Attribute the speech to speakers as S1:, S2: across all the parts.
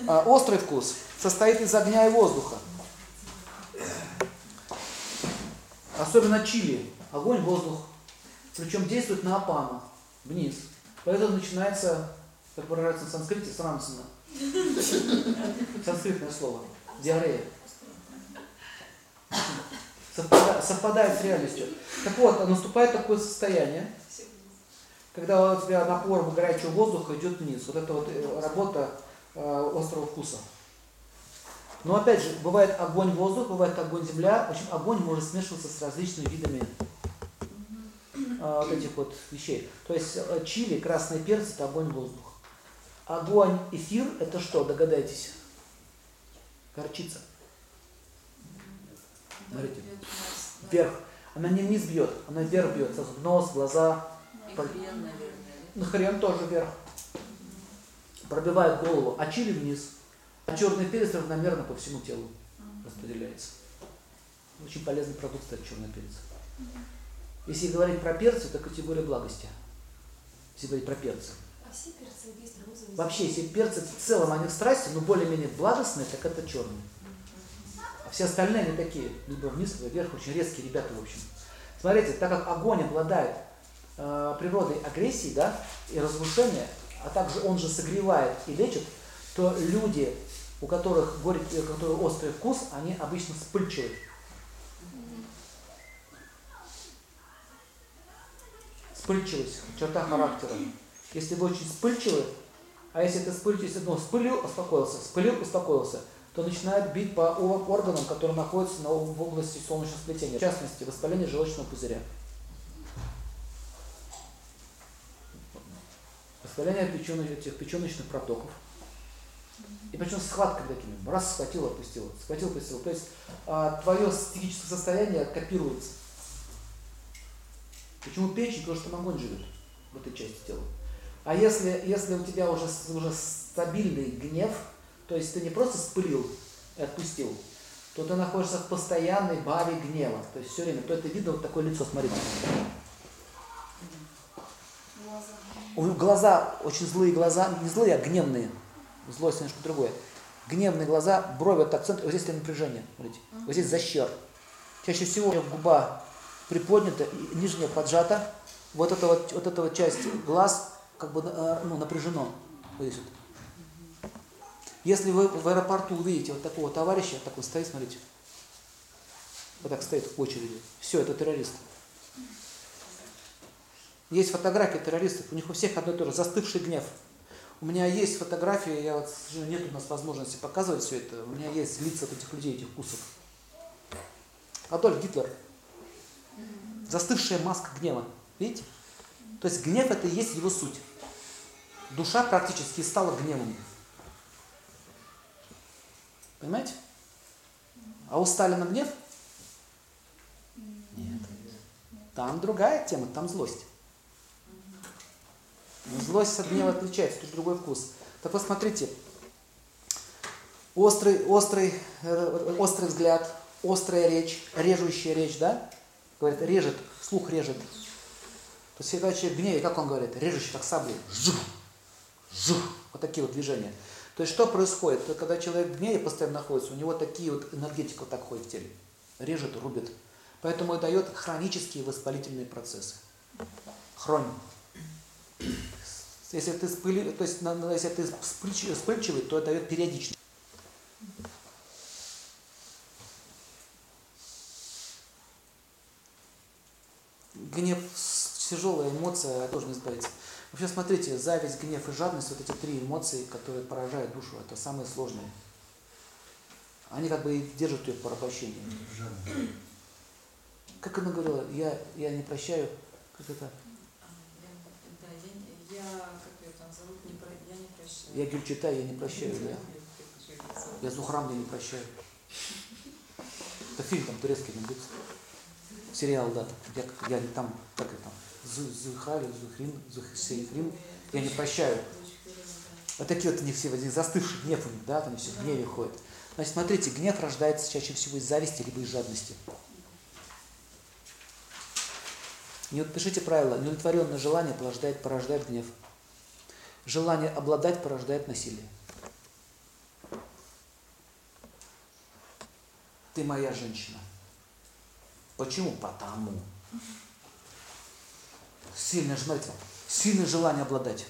S1: острый вкус состоит из огня и воздуха. Особенно чили. Огонь, воздух. Причем действует на апана, вниз. Поэтому начинается, как выражается на санскрите, срамсана. Санскритное слово. Диарея. Совпадает с реальностью. Так вот, наступает такое состояние, когда у тебя напор горячего воздуха идет вниз. Вот это вот работа острого вкуса. Но опять же, бывает огонь-воздух, бывает огонь-земля. В общем, огонь может смешиваться с различными видами вот этих вот вещей. То есть чили, красный перец — это огонь-воздух. Огонь-эфир — это что, догадайтесь? Горчица. Смотрите. Вверх. Она не вниз бьет, она вверх бьет. В нос, в глаза.
S2: И хрен, наверное.
S1: На хрен тоже вверх. Пробивает голову, а чили вниз. А черный перец равномерно по всему телу распределяется. Очень полезный продукт, кстати, черный перец. Если говорить про перцы, это категория благости. Если говорить про перцы.
S3: А все перцы есть розовые?
S1: Вообще, все перцы в целом, они в страсти, но более-менее благостные, так это черные. А все остальные, они такие, либо вниз, либо вверх, очень резкие ребята, в общем. Смотрите, так как огонь обладает природой агрессии, да, и разрушения, а также он же согревает и лечит, то люди, у которых горький, у которых острый вкус, они обычно вспыльчивы. Вспыльчивость, черта характера. Если вы очень вспыльчивы, а если ты вспылил, успокоился, то начинает бить по органам, которые находятся в области солнечного сплетения. В частности, воспаление желчного пузыря. Воспаление печеночных протоков. И причем схватками такими. Раз схватил, отпустил. Схватил, отпустил. То есть твое психическое состояние копируется. Почему печень? Потому что там огонь живет в этой части тела. А если у тебя уже стабильный гнев, то есть ты не просто вспылил и отпустил, то ты находишься в постоянной баве гнева. То есть все время, то это видно вот такое лицо, смотрите. Глаза, очень злые глаза, не злые, а гневные. Злость немножко другое. Гневные глаза, брови, вот так, вот здесь напряжение, смотрите. Вот здесь защер. Чаще всего губа приподнята, нижняя поджата. Вот эта вот часть глаз как бы напряжено. Вот здесь вот. Если вы в аэропорту увидите вот такого товарища, так он стоит, смотрите. Вот так стоит в очереди. Все, это террорист. Есть фотографии террористов, у них у всех одно и то же, застывший гнев. У меня есть фотографии, к сожалению, нет у нас возможности показывать все это. У меня есть лица этих людей, этих кусов. Адольф Гитлер. Застывшая маска гнева. Видите? То есть гнев — это и есть его суть. Душа практически стала гневом. Понимаете? А у Сталина гнев? Нет. Там другая тема, там злость. Злость от гнева отличается, тут другой вкус. Так вот смотрите, острый взгляд, острая речь, режущая речь, да? Говорит, режет, слух режет. То есть когда человек в гневе, как он говорит, режущий, как саблей, жух, жух, вот такие вот движения. То есть что происходит? То, когда человек в гневе постоянно находится, у него такие вот энергетика вот так ходит в теле, режет, рубит. Поэтому и дает хронические воспалительные процессы. Хронь. Если ты вспыльчивый, то это дает периодичность. Гнев – тяжелая эмоция, должен избавиться. Вообще, смотрите, зависть, гнев и жадность – вот эти три эмоции, которые поражают душу, это самые сложные. Они как бы и держат ее в порабощении. Как она говорила, я не прощаю, как это?
S2: Я не прощаю.
S1: Я Гюльчатай, я не прощаю, да. Я Зухрам, я не прощаю. Это фильм там турецкий, сериал, да. Я там, как это там, Зухали, Зухрим, я не прощаю. Вот такие вот они все, застывший гнев у них, да, там все в гневе ходят. Значит, смотрите, гнев рождается чаще всего из зависти, либо из жадности. Не вот пишите правило, неудовлетворенное желание порождает гнев. Желание обладать порождает насилие. ты моя женщина. Почему? Потому. Сильное, смотрите, сильное желание обладать.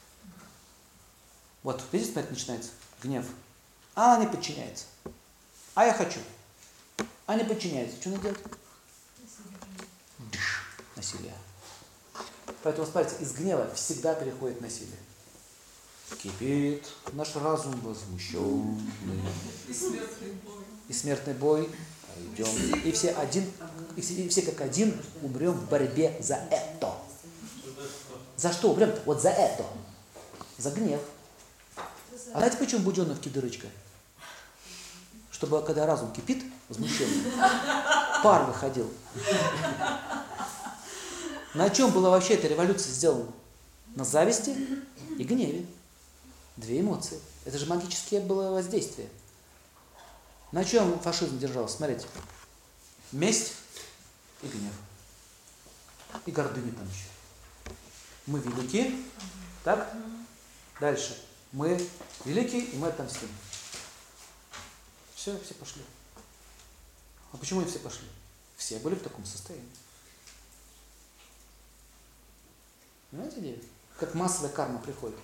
S1: Вот, видите, смотрите, начинается гнев. А она не подчиняется. А я хочу. А не подчиняется. Что надо делать? Насилие. Поэтому, смотрите, из гнева всегда переходит насилие. Кипит наш разум возмущенный.
S2: И смертный бой.
S1: И смертный бой. Идем. И все как один умрем в борьбе за это. За что умрем-то? Вот за это. За гнев. А знаете, почему буденовки дырочка? Чтобы когда разум кипит, возмущенный, пар выходил. На чем была вообще эта революция сделана? На зависти и гневе. Две эмоции. Это же магическое было воздействие. На чем фашизм держался? Смотрите. Месть и гнев. И гордыня там еще. Мы велики. Так? Дальше. Мы велики, и мы отомстим. Все пошли. А почему и все пошли? Все были в таком состоянии. Понимаете идею? Как массовая карма приходит.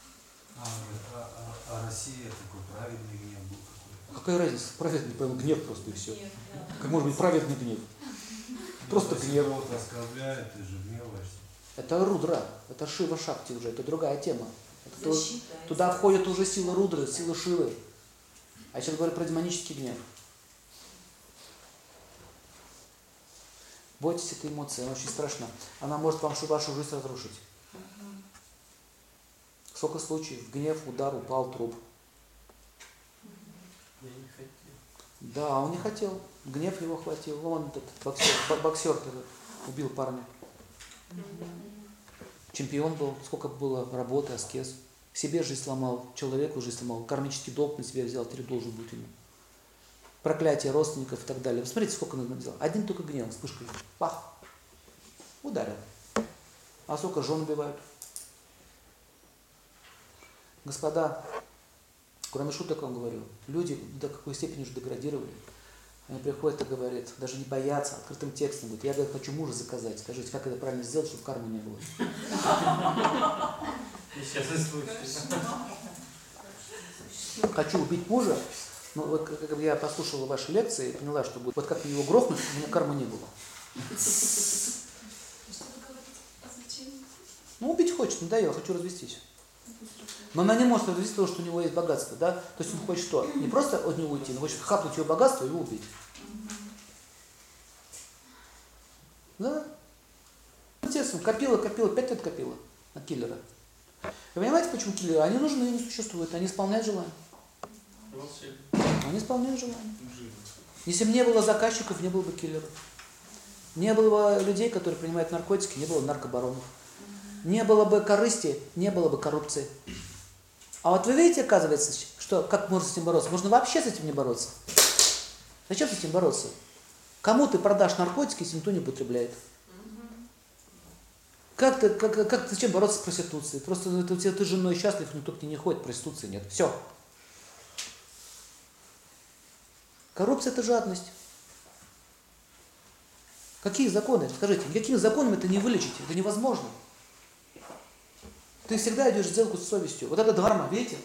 S4: А Россия такой праведный гнев был какой-то.
S1: Какая разница? Праведный, понял, гнев просто и все. Как может быть праведный гнев? Просто гнев.
S4: Если кого-то оскорбляет, ты же гневаешься.
S1: Это рудра, это Шива Шакти уже, это другая тема. Это туда входит уже сила рудры, сила Шивы. А я сейчас говорю про демонический гнев. Бойтесь этой эмоции, она очень страшна. Она может вам вашу жизнь разрушить. Сколько случаев? Гнев, удар, упал, труп.
S5: Я не хотел.
S1: Да, он не хотел. Гнев его хватил. Вон этот боксер убил парня. Чемпион был. Сколько было работы, аскез. Себе жизнь сломал, человеку жизнь сломал. Кармический долг на себя взял, теперь должен быть ему. Проклятие родственников и так далее. Вы смотрите, сколько он взял. Один только гнев, вспышкой. Пах. Ударил. А сколько жен убивают. Господа, кроме шуток вам говорю, люди до какой степени уже деградировали. Они приходят и говорят, даже не боятся, открытым текстом говорят, я, говорю, хочу мужа заказать. Скажите, как это правильно сделать, чтобы кармы не было?
S5: Несчастный случай.
S1: Хочу убить мужа, но вот как я послушала ваши лекции и поняла, что будет, вот как его грохнуть, у меня кармы не было.
S3: Что вы говорите? А зачем?
S1: Ну, убить хочет, надоело, хочу развестись. Но она не может развестись, потому что у него есть богатство, да? То есть он хочет что? Не просто от него уйти, но хочет хапнуть его богатство и его убить. Да? Естественно, копила, 5 лет копила на киллера. Вы понимаете, почему киллеры? Они нужны, они существуют, они исполняют желание. Они исполняют желание. Если бы не было заказчиков, не было бы киллеров. Не было бы людей, которые принимают наркотики, не было бы наркобаронов. Не было бы корысти, не было бы коррупции. А вот вы видите, оказывается, что как можно с этим бороться? Можно вообще с этим не бороться. Зачем с этим бороться? Кому ты продашь наркотики, если никто не употребляет? Зачем бороться с проституцией? Просто ты женой счастлив, никто к ней не ходит, проституции нет. Все. Коррупция – это жадность. Какие законы? Скажите, никакими законами это не вылечить, это невозможно. Ты всегда идешь в сделку с совестью. Вот это дхарма, видите?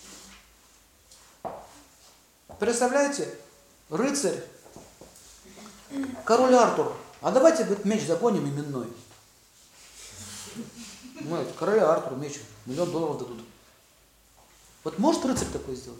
S1: Представляете, рыцарь, король Артур. А давайте, говорит, меч законим именной. Понимаете, короля Артура меч, $1 000 000 дадут. Вот может рыцарь такое сделать?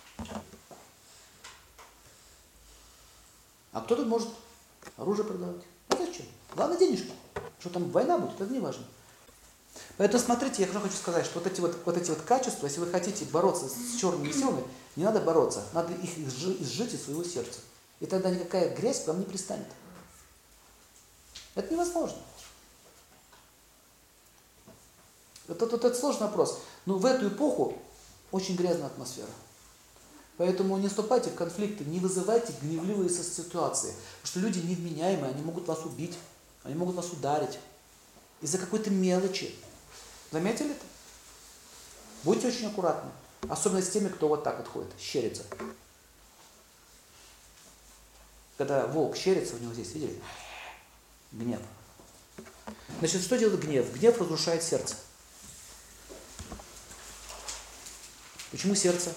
S1: А кто-то может оружие продавать. А зачем? Главное денежки. Что там война будет, это не важно. Поэтому смотрите, я хочу сказать, что вот эти вот качества, если вы хотите бороться с черными силами, не надо бороться, надо их изжить из своего сердца. И тогда никакая грязь к вам не пристанет. Это невозможно. Это сложный вопрос. Но в эту эпоху очень грязная атмосфера. Поэтому не вступайте в конфликты, не вызывайте гневливые ситуации. Потому что люди невменяемые, они могут вас убить, они могут вас ударить. Из-за какой-то мелочи. Заметили это? Будьте очень аккуратны. Особенно с теми, кто вот так вот ходит, щерится. Когда волк щерится, у него здесь, видели? Гнев. Значит, что делает гнев? Гнев разрушает сердце. Почему сердце?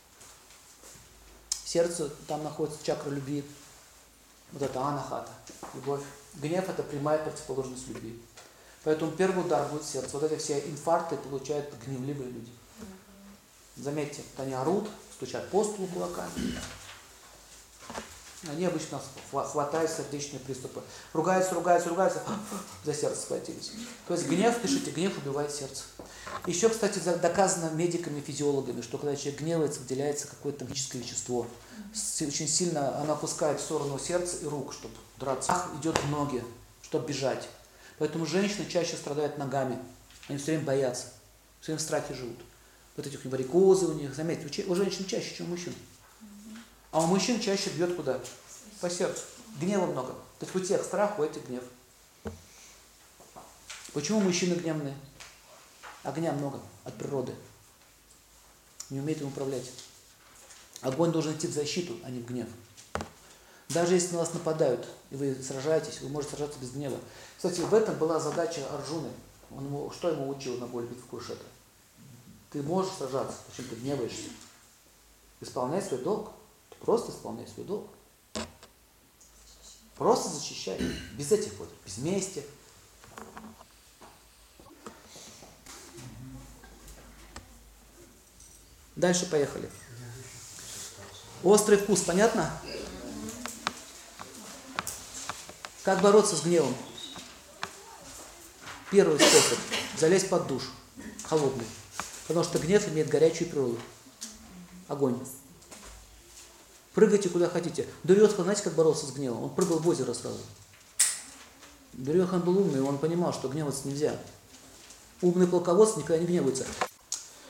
S1: Сердце, там находится чакра любви. Вот это анахата, любовь. Гнев – это прямая противоположность любви. Поэтому первый удар будет в сердце. Вот эти все инфаркты получают гневливые люди. Заметьте, вот они орут, стучат по столу кулаками. Они обычно хватают сердечные приступы. Ругаются, за сердце схватились. То есть гнев, пишите, гнев убивает сердце. Еще, кстати, доказано медиками, физиологами, что когда человек гневается, выделяется какое-то магическое вещество. Очень сильно оно опускает в сторону сердца и рук, чтобы драться. Идет в ноги, чтобы бежать. Поэтому женщины чаще страдают ногами. Они все время боятся, все время в страхе живут. Вот эти варикозы у них, заметьте, у женщин чаще, чем у мужчин. А у мужчин чаще бьет куда? По сердцу. Гнева много. То есть у тех страх, у этих гнев. Почему мужчины гневные? Огня много от природы. Не умеет им управлять. Огонь должен идти в защиту, а не в гнев. Даже если на вас нападают, и вы сражаетесь, вы можете сражаться без гнева. Кстати, в этом была задача Арджуны. Что ему учил на поле битвы Курушетра? Ты можешь сражаться, зачем ты гневаешься? Исполняй свой долг. Просто исполняй свой долг. Просто защищай. Без этих вот, без мести. Дальше поехали. Острый вкус, понятно? Как бороться с гневом? Первый способ – залезть под душ, холодный. Потому что гнев имеет горячую природу. Огонь. Прыгайте куда хотите. Дурьёдхан, знаете, как боролся с гневом? Он прыгал в озеро сразу. Дурьёдхан был умный, он понимал, что гневаться нельзя. Умный полководец никогда не гневается.